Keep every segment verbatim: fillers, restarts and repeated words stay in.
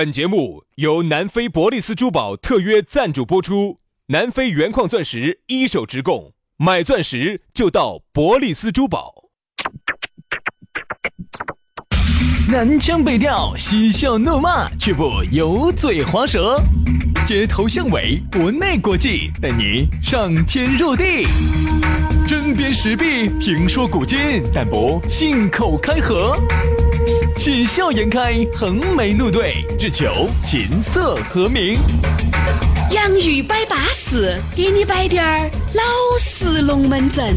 本节目由南非伯利斯珠宝特约赞助播出，南非原矿钻石一手直供，买钻石就到伯利斯珠宝。 南腔北调，嬉笑怒骂，却不油嘴滑舌，街头巷尾，国内国际，带你上天入地。针砭时弊，评说古今，但不信口开河。喜笑颜开，横眉怒对，只求琴瑟和鸣。 洋芋摆巴士，给你摆点儿老式龙门阵。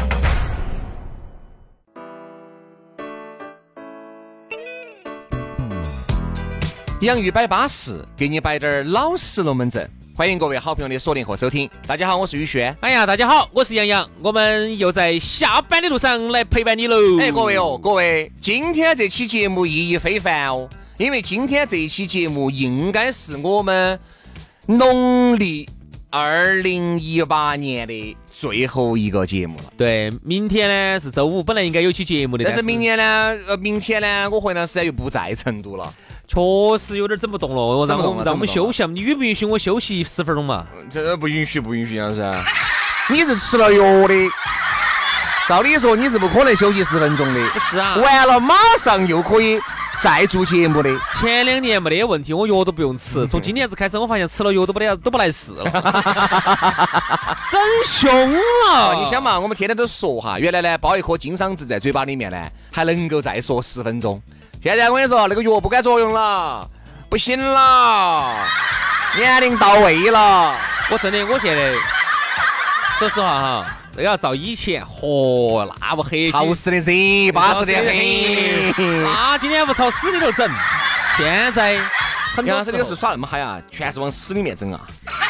洋芋摆巴士，给你摆点儿老实龙门阵。欢迎各位好朋友的锁定和收听。大家好，我是宇轩。 哎呀，大家好，我是杨洋。我们又在下班的路上来陪伴你喽。 哎，各位哦，各位，今天这期节目意义非凡哦，因为今天这一期节目应该是我们农历二零一八年的最后一个节目了。 对，明天呢是周五，本来应该有期节目的， 但是明年呢，呃，明天呢，我和杨老师又不在成都了。 确实有点整不动了，我让我们让我们休息，你允不允许我休息十分钟嘛？ 这不允许，不允许，杨老师。你是吃了药的，照理说你是不可能休息十分钟的。 不是啊， 完了马上又可以再做节目的。 前两年没得问题，我药都不用吃，从今年子开始，我发现吃了药都不得都不来事了，真凶了。 你想嘛，我们天天都说哈，原来呢包一颗金桑子在嘴巴里面呢，还能够再说十分钟。现在我跟你说，那个药不该作用了，不行了，年龄到位了。 我真的，我现在说实话哈，这个要照以前，嚯，那不黑操死的贼，巴适的黑， 那今天不朝死里头整。现在很多时候是耍那么嗨啊，全是往死里面整啊。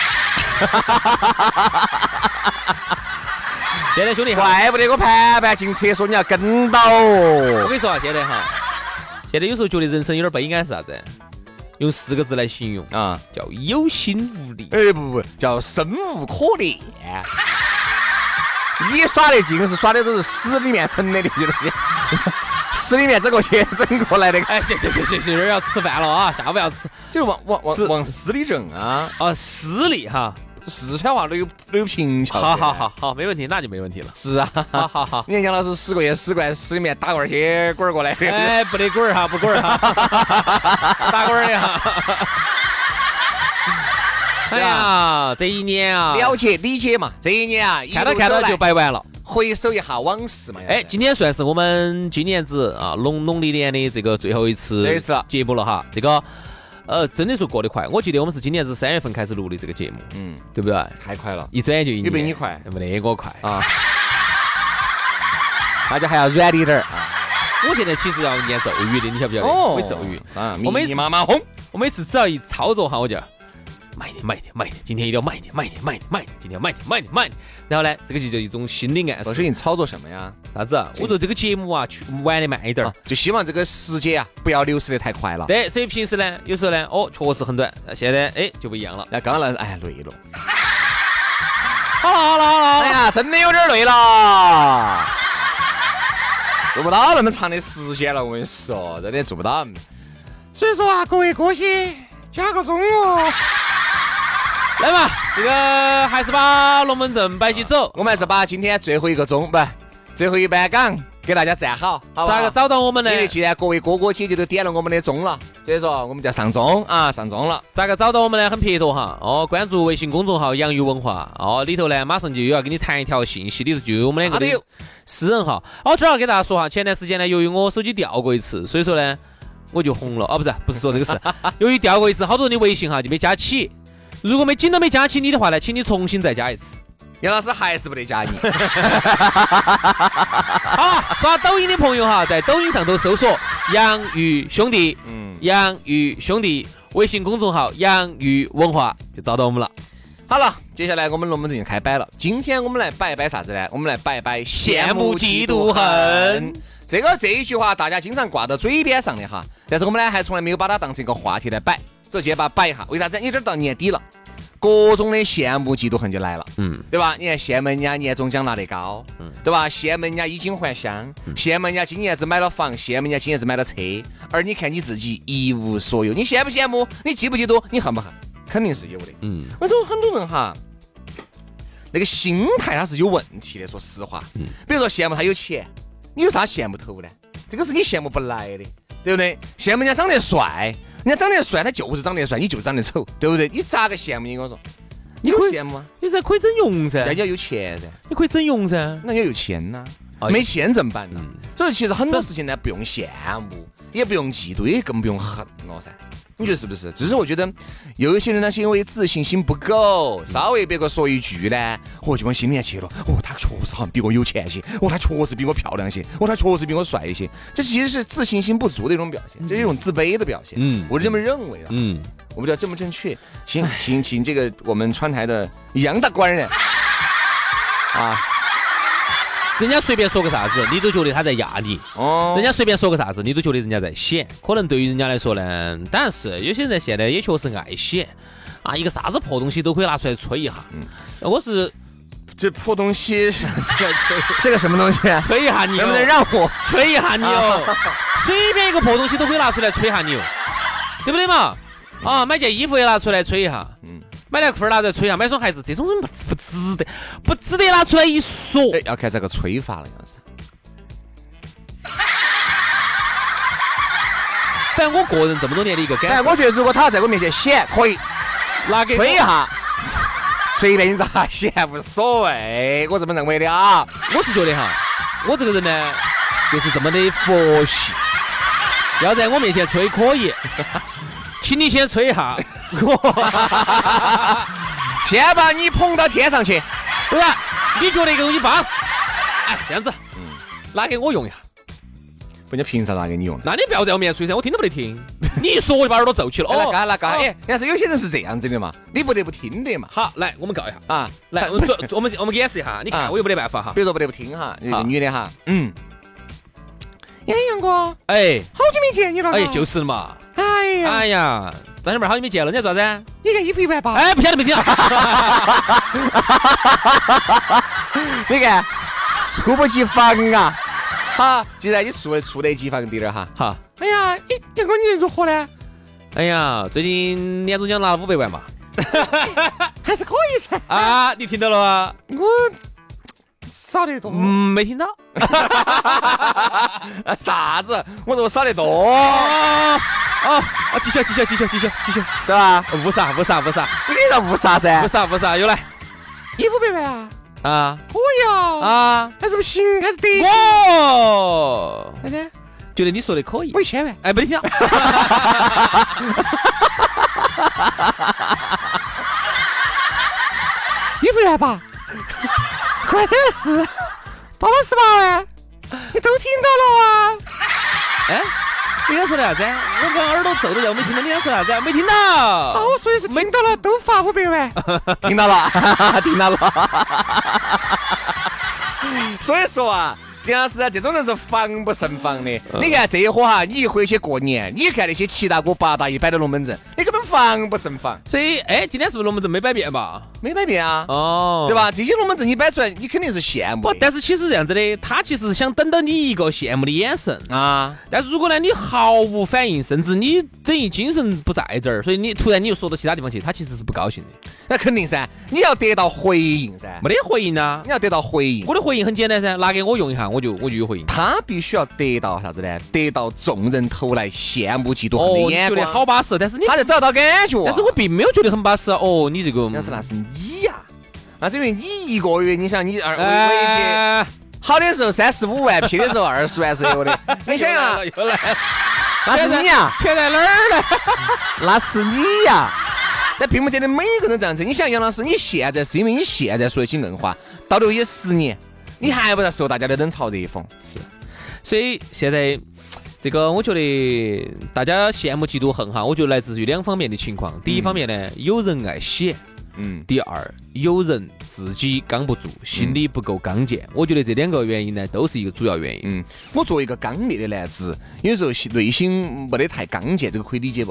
现在兄弟， 怪不得我盘盘进厕所你要跟到。 我跟你说啊，现在哈。现在有时候觉得人生有点悲哀是啥子？用四个字来形容啊，叫有心无力。 哎不不，叫生无可恋。你耍的尽是耍的都是屎里面成的那些东西，屎里面整个去整过来的。 哎，行行行行行，要吃饭了啊，下午要吃， 就是往往往往屎里整啊啊，屎里哈。 四川话都有都有平翘。 好好好好，没问题，那就没问题了。 是啊， 好好好。 你看杨老师屎过也屎过，屎里面打滚些滚过来。 哎，不得滚哈，不滚哈，打滚的哈。哎呀，这一年啊， 了解理解嘛，这一年啊， 看到看到就白完了。 回首一下往事嘛。 哎，今天算是我们今年子啊农农历年的这个最后一次节目了哈，这个。呃，真的说过得快，我记得我们是今年是三月份开始录的这个节目，嗯，对不对？ 太快了， 一转眼就一年， 有比你快， 没得我快啊！ 大家还要软一点啊！ 我现在其实要念咒语的，你晓不晓得？ 哦， 会咒语啊！我每次妈妈轰， 我每次只要一操作哈，我就慢一点，慢一点，慢一点，今天一定要慢一点，慢一点，慢一点，慢一点，今天要慢一点，慢一点，慢一点。然后呢，这个就叫一种心理暗示。 老师，你操作什么呀？ 啥子啊？我说这个节目啊，去玩的慢一点， 就希望这个时间啊不要流逝的太快了。 对，所以平时呢，有时候呢，哦，确实很短，现在哎就不一样了。 那刚刚那哎累了。 好了好了好了， 哎呀，真的有点累了，做不到那么长的时间了，我跟你说，真的做不到。所以说啊，各位歌星加个钟哦。 来嘛，这个还是把龙门阵摆起走， 我们还是把今天最后一个钟不，最后一班岗给大家站好，好吧？ 咋个找到我们呢？ 因为既然各位哥哥姐姐都点了我们的钟了，所以说我们就上钟啊，上钟了。 咋个找到我们呢？很撇脱哈，哦，关注微信公众号洋芋文化，哦，里头呢马上就又要给你弹一条信息，里头就有我们两个的私人号。哦，主要给大家说哈，前段时间呢，由于我手机掉过一次，所以说呢我就红了。哦，不是，不是说这个事，由于掉过一次，好多人的微信哈就没加起。如果没紧都没加起你的话呢，请你重新再加一次。 杨老师还是不得加你。 好，刷抖音的朋友哈，在抖音上头搜索洋芋兄弟，嗯，洋芋兄弟微信公众号洋芋文化就找到我们了。 好了，接下来我们龙门阵就开摆了。今天我们来摆一摆啥子呢？我们来摆一摆羡慕嫉妒恨。这个这一句话大家经常挂到嘴边上的哈，但是我们呢还从来没有把它当成一个话题来摆。所以今天把它摆一下，为啥子？你这到年底了， 各种的羡慕嫉妒恨就来了， 嗯， 对吧？你看羡慕人家年终奖拿得高，嗯，对吧？羡慕人家衣锦还乡，嗯、羡慕人家今年子买了房，羡慕人家今年子买了车，而你看你自己一无所有，你羡不羡慕？你嫉不嫉妒？你恨不恨？肯定是有的，嗯。我说很多人哈，那个心态他是有问题的，说实话，嗯，比如说羡慕他有钱，你有啥羡慕头呢？这个是你羡慕不来的，对不对？羡慕人家长得帅。人家长得帅，他就是长得帅，你就长得丑，对不对？你咋个羡慕你？跟我说，你有羡慕吗？ 你这可以整容噻， 人家有钱噻， 你可以整容噻， 那要有钱呐、啊，没钱怎么办呢？嗯、所以其实很多事情呢，不用羡慕，也不用嫉妒，也更不用恨了噻。你觉得是不是？只是我觉得有一些人呢，是因为自信心不够，稍微别个说一句呢，我就往心里去了。哦，他确实好像比我有钱些，哦，他确实比我漂亮些，哦，他确实比我帅一些。这其实是自信心不足的一种表现，这是一种自卑的表现。嗯，我是这么认为的。嗯，我不知道正不正确。请请请这个我们川台的杨大官人啊。 人家随便说个啥子，你都觉得他在压你；哦，人家随便说个啥子，你都觉得人家在显。可能对于人家来说呢，当然是有些人现在也确实爱显啊，一个啥子破东西都可以拿出来吹一下。嗯，我是这破东西是是个什么东西？ 吹一下你， 能不能让我吹一下你哦？随便一个破东西都可以拿出来吹一下你哦，对不对嘛？啊，买件衣服也拿出来吹一下。嗯。买条裤儿拿出来吹一下，买双鞋子，这种人不不值得，不值得拿出来一说。 哎，要看这个吹法了，要是。 反正我个人这么多年的一个感受， 哎，我觉得如果他在我面前显，可以拿给吹一下，随便你咋显无所谓，我这么认为的啊。 我是觉得哈，我这个人呢，就是这么的佛系，要在我面前吹可以。请你先吹一下， 先把你捧到天上去， 不是？你觉得一个东西巴适？哎，这样子，嗯，拿给我用一下。 人家凭啥拿给你用？ 那你不要在我面前吹噻，我听都不得听。你一说我就把耳朵皱起了。 哦，那那那，哎，但是有些人是这样子的嘛，你不得不听的嘛。 好，来，我们告一下啊，来，我们我们我们演示一下，你看我有没得办法哈？ 比如说不得不听哈，那个女的哈，嗯。哎，杨哥， 哎， 好久没见你了。 哎，就是嘛。 哎呀， 哎呀，张小妹好久没见了，你要做啥子？ 你看衣服一般吧？ 哎，不晓得没听到。 你看，猝不及防啊！好，既然你猝猝得及防滴点哈。 好。 哎呀，你杨哥你如何呢？ 哎呀，最近年终奖拿了五百万嘛， 还是可以噻。 啊，你听到了吗？ 我。少得多， 嗯，没听到。 啥子？我说我少得多。 哦哦，继续继续继续继续继续， 对吧？ 误啥误啥误啥？ 你跟你说误啥噻？ 误啥误啥？又来， 一五百万啊！ 啊， 可以啊！ 啊， 还是不行，还是得。 哦， 啥子？ 觉得你说的可以。 我一千万， 哎，没听到。 一百万吧。快三四，八十八万，你都听到了啊？ 哎，你刚说的啥子？我刚耳朵皱着，我没听到你刚说啥子？没听到。 啊，我说的是听到了，都发五百万。听到了，听到了。所以说啊。杨老师啊，这种人是防不胜防的。嗯、你看这一伙哈，你一回去过年，你看那些七大姑八大姨摆的龙门阵，你根本防不胜防。 所以，哎，今天是不是龙门阵没摆遍吧？ 没摆遍啊。 哦， 对吧？这些龙门阵你摆出来，你肯定是羡慕。 不，但是其实这样子的，他其实是想等到你一个羡慕的眼神啊。但是如果呢，你毫无反应，甚至你等于精神不在这儿，所以你突然你又说到其他地方去，他其实是不高兴的。 那肯定噻，你要得到回应噻。 没得回应啊， 你要得到回应。 我的回应很简单噻，拿给我用一下，我就我就有回应。 他必须要得到啥子呢？得到众人投来羡慕嫉妒恨的眼光。 哦，觉得好巴适，但是你他在找到感觉， 但是我并没有觉得很巴适哦。你这个， 要是那是你呀、啊，那是因为你一个月，你想你二，呃、好的时候三十五万，撇的时候二十万是有的。你想想， 又来， 那是你呀， 钱在哪儿呢？ 那是你呀。但并不见得每个人这样子。你想杨老师，你现在是因为你现在说得起硬话，到了有些十年，你还不要受大家的冷嘲热讽。 是。所以现在这个，我觉得大家羡慕嫉妒恨哈，我觉得来自于两方面的情况。第一方面呢，有人爱显，嗯；第二，有人自己刚不住，心里不够刚健。我觉得这两个原因呢，都是一个主要原因。 嗯，我作为一个刚烈的男子，有时候内心没得太刚健，这个可以理解不？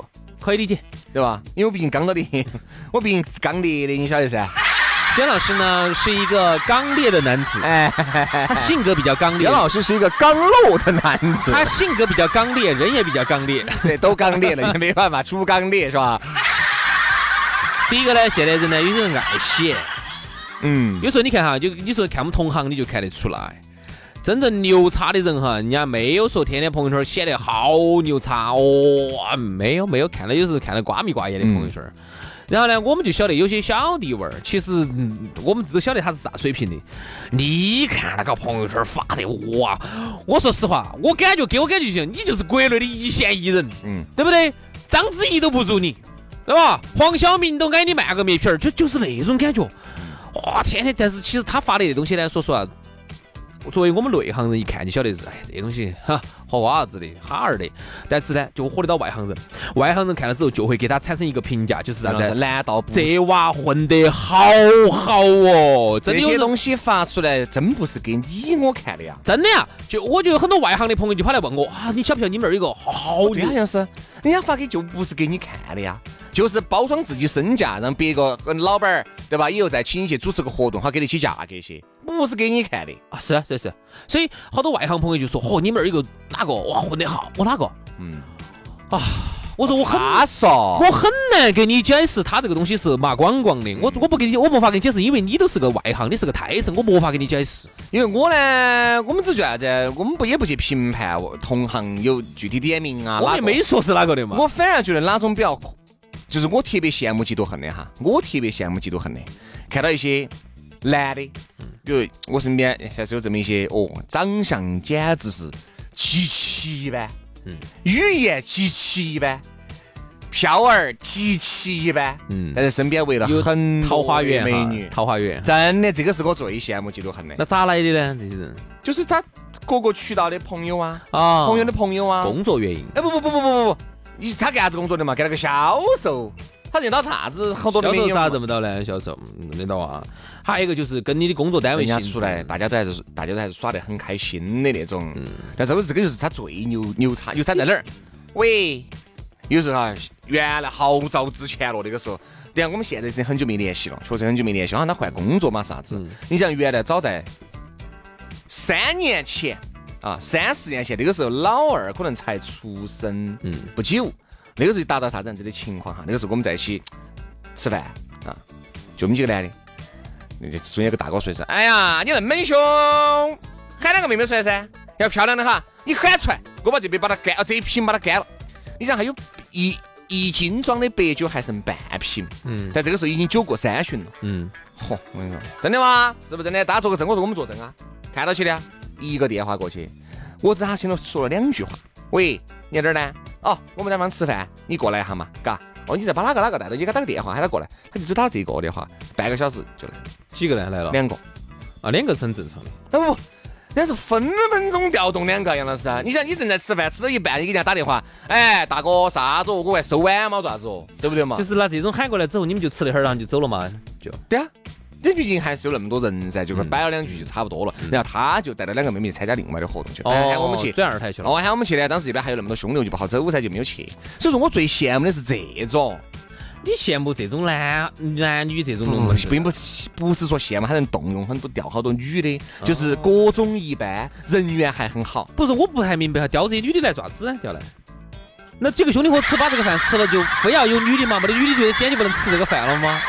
可以理解， 对吧？因为我毕竟刚到的，我毕竟是刚烈的，你晓得噻。 轩老师呢是一个刚烈的男子，哎，他性格比较刚烈。 杨老师是一个刚露的男子， 他性格比较刚烈，人也比较刚烈， 对，都刚烈了，也没办法，猪刚烈是吧？ 第一个呢，现在人呢有些人爱显， 嗯，有时候你看哈，就有时候看我们同行，你就看得出来，真正牛叉的人哈，人家没有说天天朋友圈显得好牛叉哦，没有没有，看了有时候看了瓜米瓜眼的朋友圈。嗯，然后呢，我们就晓得有些小弟味儿，其实、嗯、我们都晓得他是啥水平的。你看那个朋友圈发的，哇！我说实话，我感觉给我感觉就像你就是国内的一线艺人，嗯，对不对？章子怡都不如你，对吧？黄晓明都挨你慢个面皮儿，就就是那种感觉。哇，天天，但是其实他发的那东西呢，说实话。作为我们内行人一看就晓得是，哎，这东西哈和娃子的哈儿的，但是呢就火得到外行人，外行人看了之后就会给他产生一个评价，就是啥子？ 难道不这娃混得好好哦？ 这些东西发出来真不是给你我看的呀， 真的呀！就我觉得很多外行的朋友就跑来问我啊，你晓不晓得你们这儿有个好好的？好像是人家发给就不是给你看的呀。就是包装自己身价，让别个跟老板儿对吧？以后再请你去主持个活动，好给得起价格些，不是给你看的啊！是是是，所以好多外行朋友就说：“哦，你们儿有个哪个哇混得好？我哪个？嗯啊，我说我很他说我很难给你解释，他这个东西是麻光光的。我我不给你，我没法给你解释，因为你都是个外行，你是个胎神，我没法给你解释。 因为我呢，我们只觉得啥子，我们不也不去评判同行有具体点名啊， 我也没说是哪个的嘛。 我反而觉得哪种比较。就是我特别羡慕嫉妒恨的哈，我特别羡慕嫉妒恨的，看到一些男的，比如我身边还是有这么一些哦，长相简直是极其一般，嗯，语言极其一般，飘儿极其一般，嗯，但是身边围了很桃花源美女， 桃花源， 真的这个是我最羡慕嫉妒恨的。 那咋来的呢？这些人就是他各个渠道的朋友啊，啊，朋友的朋友啊， 工作原因。 哎，不不不不不不不。你他干啥子工作的嘛？干那个销售，他认到啥子好多的美女？ 咋认不到呢？销售认得到啊。还有一个就是跟你的工作单位人家出来，大家都还是大家都还是耍得很开心的那种。嗯、但是我这个就是他最牛牛叉，牛叉在哪儿？喂，有时候哈，原来好早之前了，那个时候，等下我们现在是很久没联系了，确实很久没联系。好像他换工作嘛啥子？嗯、你想原来早在三年前。啊，三四年前那个时候，老二可能才出生，嗯，不久，那个时候就达到啥子样子的情况哈？那个时候我们在一起吃饭啊，就我们几个男的，那就中间有个大哥说是，哎呀，你那么凶，喊两个妹妹出来噻，要漂亮的哈，你喊出来，我把这边把它干，这一瓶把它干了。你想还有一一斤装的白酒还剩半瓶，嗯，但这个时候已经酒过三巡了，嗯，嚯，我跟你说，真的吗？是不是真的？大家做个证，我说我们做证啊，看到起的。一个电话过去，我在他心里说了两句话。喂，你在哪儿呢？哦，我们在方吃饭，你过来一下嘛，嘎。哦，你再把哪个哪个带到，你给他打个电话，喊他过来。他就只打这个电话，半个小时就来。 几个人来了？ 两个。 啊，两个是很正常的。 那不，那是分分钟调动两个，杨老师啊！你想，你正在吃饭，吃到一半，你给人家打电话，哎，大哥，啥子？我还收碗嘛，啥子哦？对不对嘛？ 就是拿这种喊过来之后，你们就吃了一会儿，然后就走了嘛？就对啊。你毕竟还是有那么多人噻，就会摆了两句就差不多了。嗯、然后他就带了两个妹妹参加另外的活动去， 哦、 喊我们去转二台去了。 哦，喊我们去呢，当时这边还有那么多兄弟就不好走噻，就没有去。所以说我最羡慕的是这种。 你羡慕这种男男女这种东西，并不是不是说羡慕还能动用很多调好多女的，哦、就是各种一般，人缘还很好。 不是，我不太明白，调这些女的来做啥子呢？调来？那几个兄弟伙吃把这个饭吃了，就非要有女的嘛？没得女的就今天就不能吃这个饭了吗？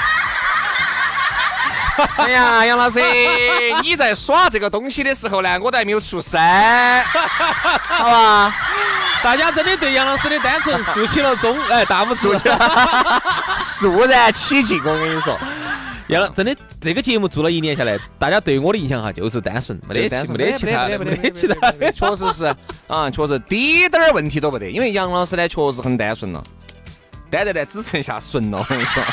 哎呀，杨老师，你在耍这个东西的时候呢，我都还没有出声，好吧？ 大家真的对杨老师的单纯竖起了中，哎，大拇指， 肃然起敬。我跟你说， 杨老真的这个节目做了一年下来，大家对我的印象哈就是单纯，没得没得其他的，没得其他的， 确实是啊，确实滴点儿问题都不得。因为杨老师呢，确实很单纯了，单单的只剩下纯了。我跟你说。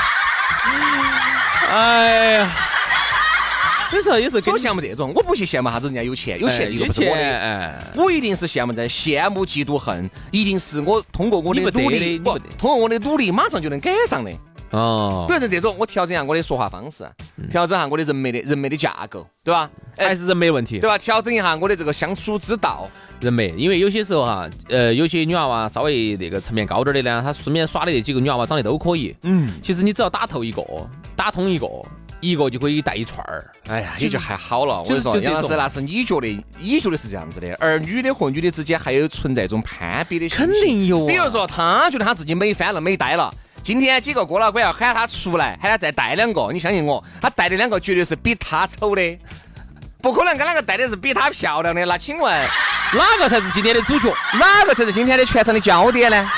哎呀，所以说有时候我羡慕这种，我不去羡慕啥子人家有钱，有钱一个不是我的，哎，我一定是羡慕在羡慕嫉妒恨，一定是我通过我的努力，不通过我的努力马上就能赶上的。 哦， 比如像这种，我调整一下我的说话方式，调整一下我的人脉的人脉的架构，对吧？ 还是人脉问题， 对吧？调整一下我的这个相处之道， 人脉。因为有些时候哈，呃，有些女娃娃稍微那个层面高点的呢，她身边耍的那几个女娃娃长得都可以。嗯，其实你只要打透一个，打通一个。一个就可以带一串儿， 哎呀，也就还好了。我跟你说，杨老师，那是你觉得，你觉得是这样子的，而女的和女的之间还有存在一种攀比的心情， 肯定有、啊。 比如说，她觉得她自己美翻了，美呆了。今天几个哥老倌要喊她出来，喊她再带两个，你相信我，她带的两个绝对是比她丑的，不可能跟那个带的是比她漂亮的。那请问， 哪个才是今天的主角？ 哪个才是今天的全场的焦点呢？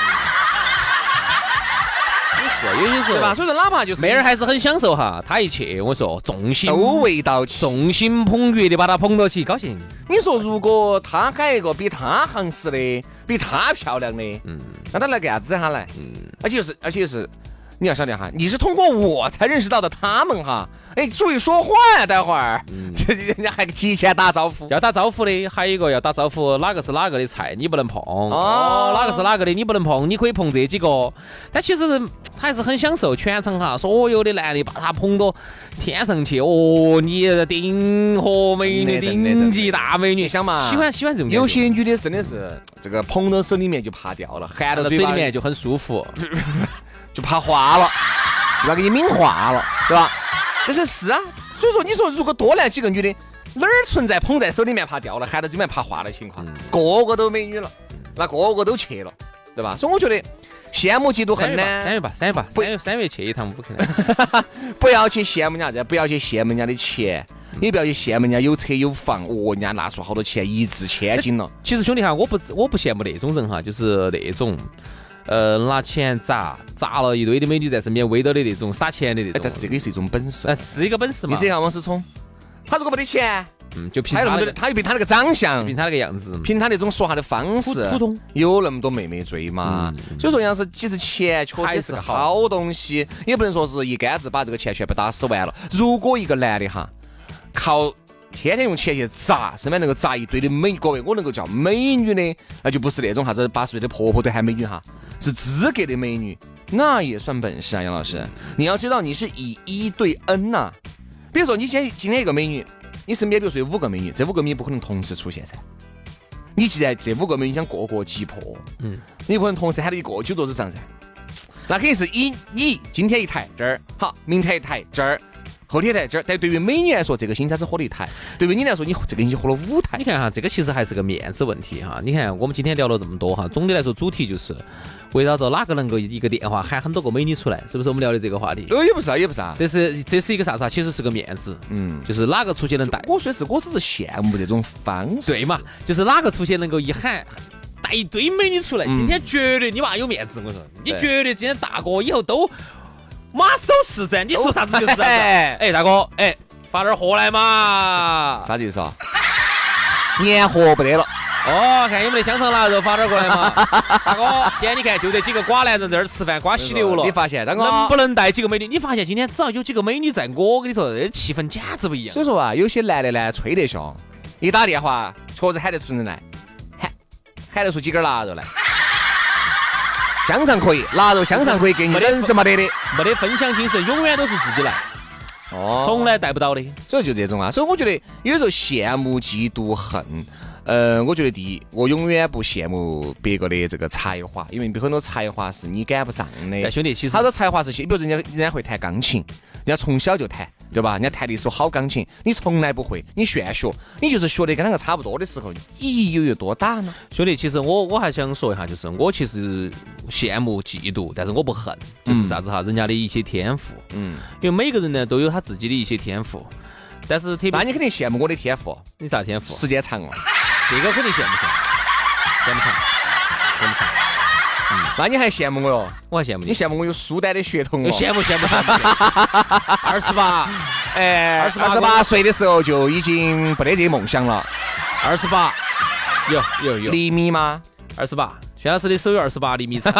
是，有些时候对吧？所以说，哪怕就是妹儿还是很享受哈，她一切我说重心都围到起， 众星捧月的把她捧到起，高兴。 你说如果她喊一个比她行实的、比她漂亮的，嗯，那她来干啥子哈来？嗯，而且就是，而且是。你要晓得哈，你是通过我才认识到的他们哈，哎，注意说话呀、啊，待会儿，这、嗯、人家还提前打招呼， 要打招呼的，还有一个要打招呼，哪个是哪个的菜你不能碰，哦，哪个是哪个的你不能碰，你可以碰这几个，但其实还是很享受全程哈，所有的男的把他捧到天上去，哦，你顶河美女，顶级大美女， 想嘛， 喜欢喜欢这种， 有些女的真的是这个捧到手里面就怕掉了，含到嘴里面就很舒服。 就怕化了，就要给你抿化了，对吧？但是是啊，所以说你说如果多来几个女的，哪儿存在捧在手里面怕掉了，含到嘴里面怕化的情况？嗯、个个都美女了，那个个都去了，对吧？所以我觉得羡慕嫉妒恨呢。 三月吧，三月吧，三月三月去一趟不可能。不要去羡慕人家这，不要去羡慕人家的钱。你不要去羡慕人家有车有房，哦，人家拿出好多钱，一掷千金了。 其实兄弟哈，我不我不羡慕那种人哈，就是那种。呃，拿钱砸砸了一堆的美女在身边围到的那种撒钱的那种， 但是这个也是一种本事， 呃，是一个本事嘛。 你这样往死冲，他如果没得钱， 嗯，就凭他那么多，他又凭他那个长相， 凭他那个样子， 凭他那种说话的方式， 普通， 有那么多妹妹追嘛。嗯、所以说，要是其实钱确实是个好东西，也不能说是一竿子把这个钱全部打死完了。如果一个男的哈，靠。天天用钱去砸，身边能够砸一堆的美，各位我能够叫美女的，那就不是那种啥子八十岁的婆婆都喊美女哈，是资格的美女，那也算本事啊，杨老师。你要知道你是以一对 N 呐、啊，比如说你今天今天一个美女，你身边比如说有五个美女，这五个美女不可能同时出现噻。你既然这五个美女想各个击破，嗯，你不可能同时喊到一个酒桌子上噻，那肯定是以你今天一台这儿，好，明天一台这儿。后天台这儿，但对于美女来说，这个星期只喝了一台；对于你来说，你这个星期喝了五台。 你看哈，这个其实还是个面子问题哈。你看我们今天聊了这么多哈，总的来说主题就是围绕着哪个能够一个电话喊很多个美女出来，是不是我们聊的这个话题？ 呃，也不是啊，也不是啊， 这是这是一个啥子啊？其实是个面子，嗯，就是哪个出去能带。 我说是，我只是羡慕这种方式， 对嘛？就是哪个出去能够一喊。带一堆美女出来，今天绝对你娃有面子，我说，你绝对今天大哥以后都。马首是瞻，你说啥子就是啥子。哎，大哥，哎，发点货来嘛。 啥子意思啊？年货不得了。 哦，看有没得香肠腊肉发点过来嘛。大哥，今天你看就这几个寡男人在这儿吃饭，瓜稀流了。 你发现，大哥能不能带几个美女？你发现今天只要有几个美女在，我跟你说，这气氛简直不一样。 所以说啊，有些男的呢吹得凶，一打电话确实喊得出人来，喊喊得出几根腊肉来。香肠可以，腊肉香肠可以给你，人是没得的， 没得分享精神，永远都是自己来，哦，从来带不到的。 所以就这种啊，所以我觉得有时候羡慕、嫉妒、恨，呃，我觉得第一，我永远不羡慕别个的这个才华，因为很多才华是你赶不上的。 但兄弟，其实他的才华是，比如人家人家会弹钢琴，人家从小就弹，对吧？人家弹了一手好钢琴，你从来不会，你炫学，你就是学的跟那个差不多的时候，意义又有多大呢？ 兄弟，其实我我还想说一下，就是我其实羡慕、嫉妒，但是我不恨，就是啥子哈，人家的一些天赋，嗯，因为每个人呢都有他自己的一些天赋，但是特别， 那你肯定羡慕我的天赋， 你啥天赋？ 时间长了， 这个肯定羡慕上，羡慕上，羡慕上。 嗯，那你还羡慕我哟？ 我还羡慕你， 你羡慕我有苏丹的血统哦。 羡慕羡慕羡慕。二十八， 哎，二十八，二十八岁的时候就已经没得这些梦想了。 二十八，有有有。 厘米吗？ 二十八，薛老师的手有二十八厘米长。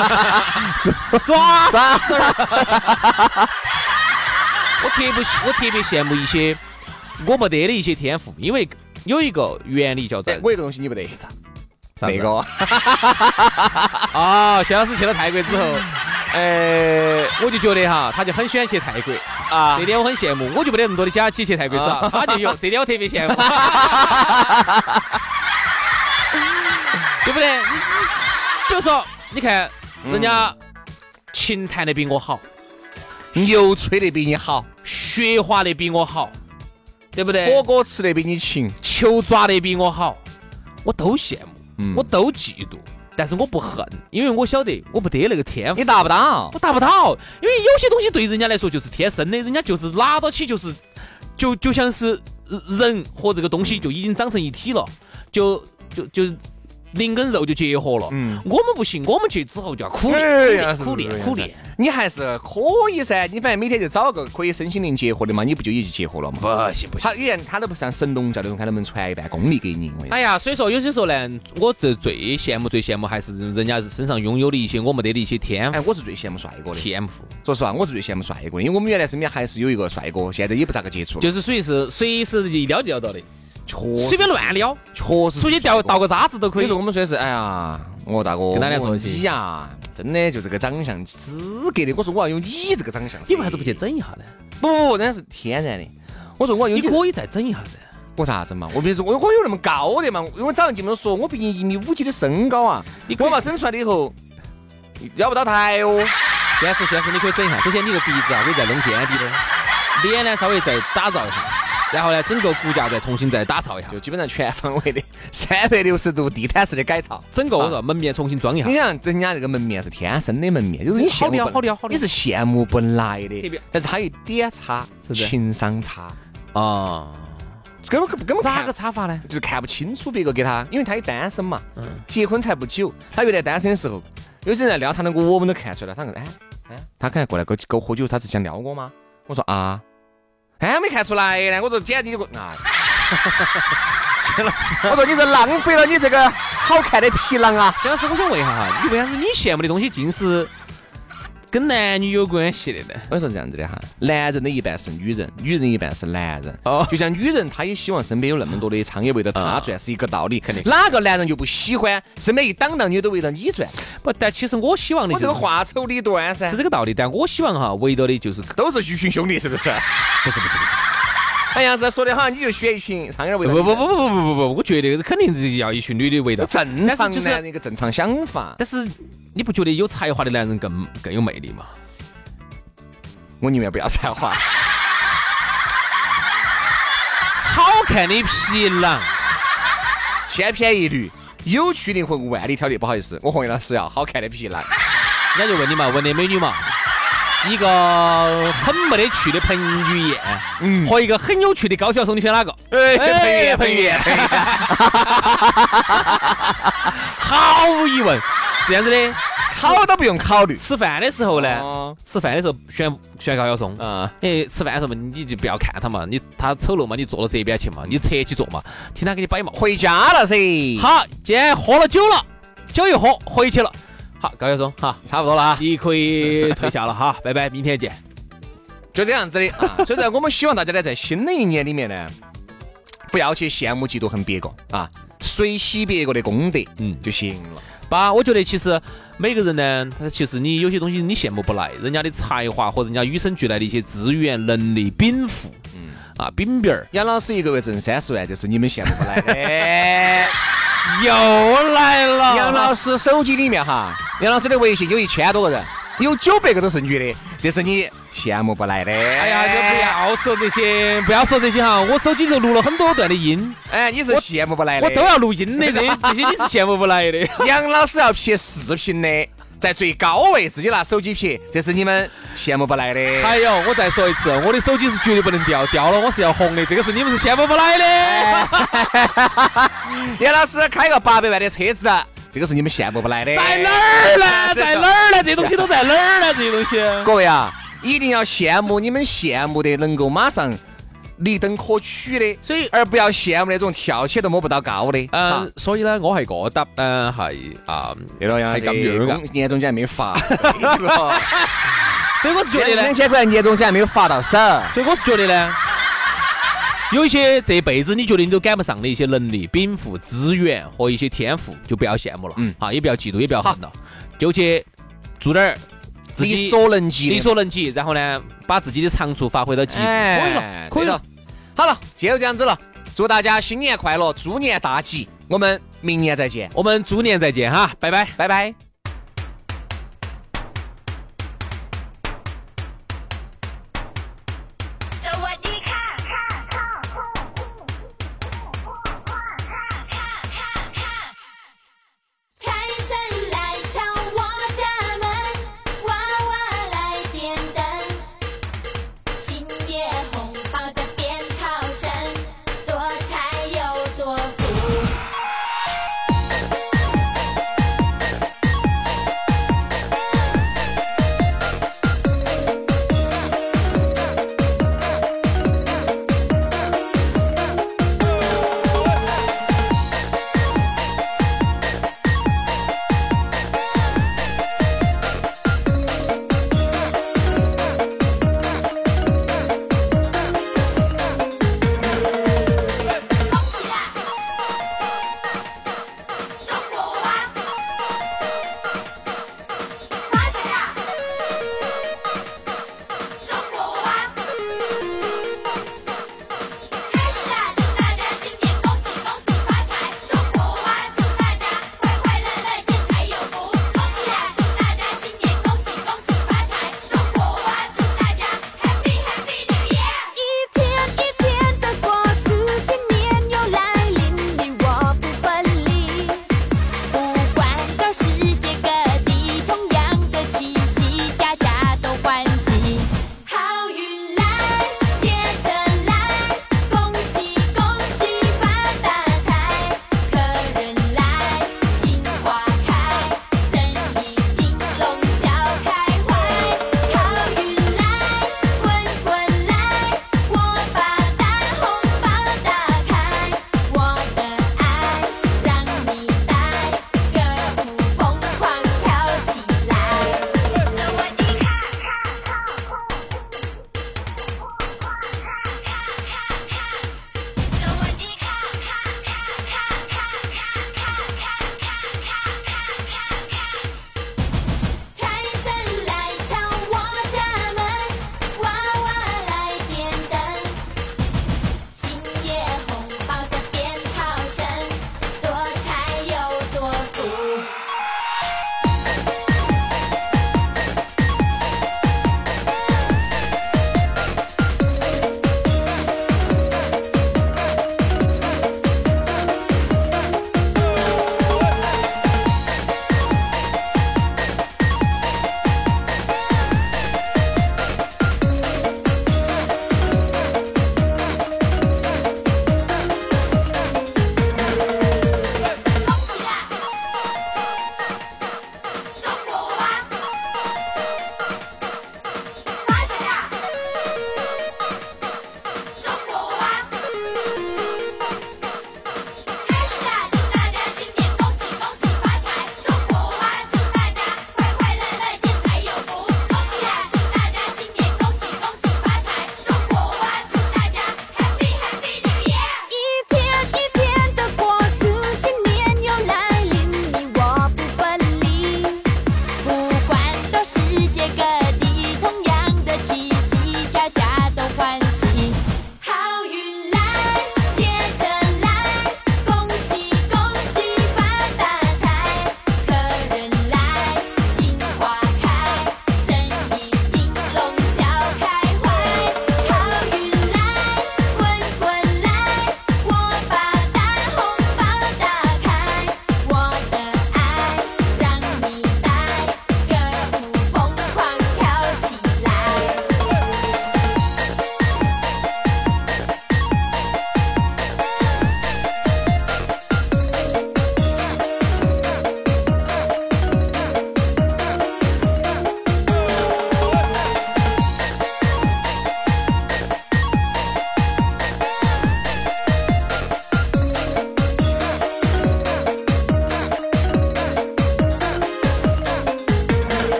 抓抓！ 我特别我特别羡慕一些我不得的一些天赋，因为有一个原理叫做， 我有个东西你不得啥？那个啊，薛老师去了泰国之后， 呃，我就觉得哈，他就很喜欢去泰国啊，这点我很羡慕，我就没得那么多的假期去泰国耍，啊、他就有，这点我特别羡慕，对不对？比如说，你看人家琴弹的比我好， 牛吹的比你好， 雪滑的比我好，对不对？ 火锅吃的比你勤， 球抓的比我好，我都羡慕， 嗯、 我都嫉妒。但是我不恨，因为我晓得我不得那个天赋， 你达不到， 我达不到，因为有些东西对人家来说就是天生的，人家就是拿到起就是就就像是人和这个东西就已经长成一体了，就就就灵跟肉就结合了。嗯，我们不行，我们去之后就要苦练、苦练、苦练。 你还是可以噻，你反正每天就找个可以身心灵结合的嘛，你不就已经结合了吗？ 不行不行， 他以前他都不像神龙教那种，看能不能传一半功力给你。 哎呀，所以说有些时候呢，我这最羡慕最羡慕还是人家身上拥有的一些我没得的一些天赋。 哎，我是最羡慕帅哥的天赋。 说实话，我是最羡慕帅哥的，因为我们原来身边还是有一个帅哥，现在也不咋个接触了， 就是属于是随时一撩就撩到的。 确随便乱撩， 确实出去钓倒个渣子都可以。 有时候我们说的是，哎呀，我大哥， 跟他俩说起你呀，真的就这个长相资格的。我说我要用你这个长相， 你为啥子不去整一下呢？ 不，人家是天然的。我说我要用你可以再整一下噻。 我啥整嘛？我比如说我我有那么高的嘛？因为我早上进门说，我毕竟一米五几的身高啊，我嘛整出来了以后撩不到台哦。 现实现实，你可以整一下。首先你个鼻子啊，可以再弄尖滴的，脸呢稍微再打造一下。然后呢，整个骨架再重新再打造一下， 就基本上全方位的三百六十度地毯式的改造， 整个我说门面重新装一下。 你想人家这个门面是天生的门面，就是你羡慕好撩好撩， 你是羡慕不来的。但是它有一点差，情商差啊， 根本根本咋个差法呢？ 就是看不清楚别个给他，因为他也单身嘛，嗯，结婚才不久，他原来单身的时候，有些人来撩他那个，我们都看出来了。他说哎哎，他可能过来跟我喝酒，他是想撩我吗？我说啊。哎，没看出来呢。我说简直你个啊！薛老师，我说你是浪费了你这个好看的皮囊啊！ 薛老师，我想问一下哈，你为啥子你羡慕的东西尽是跟男女有关系的呢？ 我说这样子的哈，男人的一半是女人，女人一半是男人。哦，就像女人，她也希望身边有那么多的苍蝇围着她转，是一个道理。肯定，哪个男人就不喜欢身边一档档女都围着你转？ 不，但其实我希望的我这个话丑理短噻， 是这个道理。但我希望哈，围着的就是都是一群兄弟，是不是？不是不是不是不是。哎呀，是说的好，你就选一群苍蝇围着。 不不不不不不不不，我觉得肯定是要一群女的围着。 正常就是那个正常想法。 但是你不觉得有才华的男人更更有魅力吗？ 我宁愿不要才华， 好看的皮囊， 千篇一律，有趣灵魂万里挑一。不好意思，我洪老师要好看的皮囊。 人家就问你嘛，问那美女嘛，一个很没得趣的彭于晏，嗯，和一个很有趣的高晓松，你选哪个？ 哎，彭于晏，彭于晏， 毫无疑问，这样子的。 考都不用考虑， 吃饭的时候呢，哦、吃饭的时候选选高晓松啊。哎、嗯，吃饭的时候嘛，你就不要看他嘛，你他丑陋嘛，你坐到这边去嘛，你侧起坐嘛，听他给你摆嘛。 回家了噻。 好，今天喝了酒了，酒一喝回去了。好，高晓松，哈， 差不多了啊， 你可以退下了哈，拜拜，明天见。 就这样子的啊。所以呢，我们希望大家呢，在新的一年里面呢，不要去羡慕嫉妒恨别个啊，随喜别个的功德，嗯，就行了。 爸，我觉得其实每个人呢，他其实你有些东西你羡慕不来，人家的才华和人家与生俱来的一些资源、能力、禀赋，嗯啊，饼饼儿。 杨老师一个月挣三十万，这是你们羡慕不来的。 又来了， 杨老师手机里面哈，杨老师的微信有一千多个人，有九百个都是女的，这是你羡慕不来的。 哎呀，就不要说这些，不要说这些哈，我手机头录了很多段的音， 哎，你是羡慕不来的， 我都要录音的，这这些你是羡慕不来的。 杨老师要拍视频的，在最高位自己拿手机拍，这是你们羡慕不来的。 还有，我再说一次，我的手机是绝对不能掉，掉了我是要红的，这个是你们是羡慕不来的。 杨老师开个八百万的车子，这个是你们羡慕不来的。 在哪儿呢？在哪儿呢？这东西都在哪儿呢？这些东西， 各位啊，一定要羡慕你们羡慕的能够马上立灯可取的， 所以而不要羡慕那种跳起都摸不到高的。 嗯，所以呢，我係覺得誒係啊， 係咯，係咁樣嘅。年終獎沒發， 所以我是覺得呢， 兩千塊年終獎沒有發到手， 所以我是覺得呢，有一些這輩子你覺得你都趕不上的一些能力、禀賦、資源和一些天賦，就不要羨慕了，嗯，啊，也不要嫉妒，也不要恨了，就去做點自己力所能及， 力所能及，然后呢，把自己的长处发挥到极致， 哎、 可以了，可以了。 好了，就这样子了，祝大家新年快乐，猪年大吉，我们明年再见， 我们猪年再见哈，拜拜， 拜拜。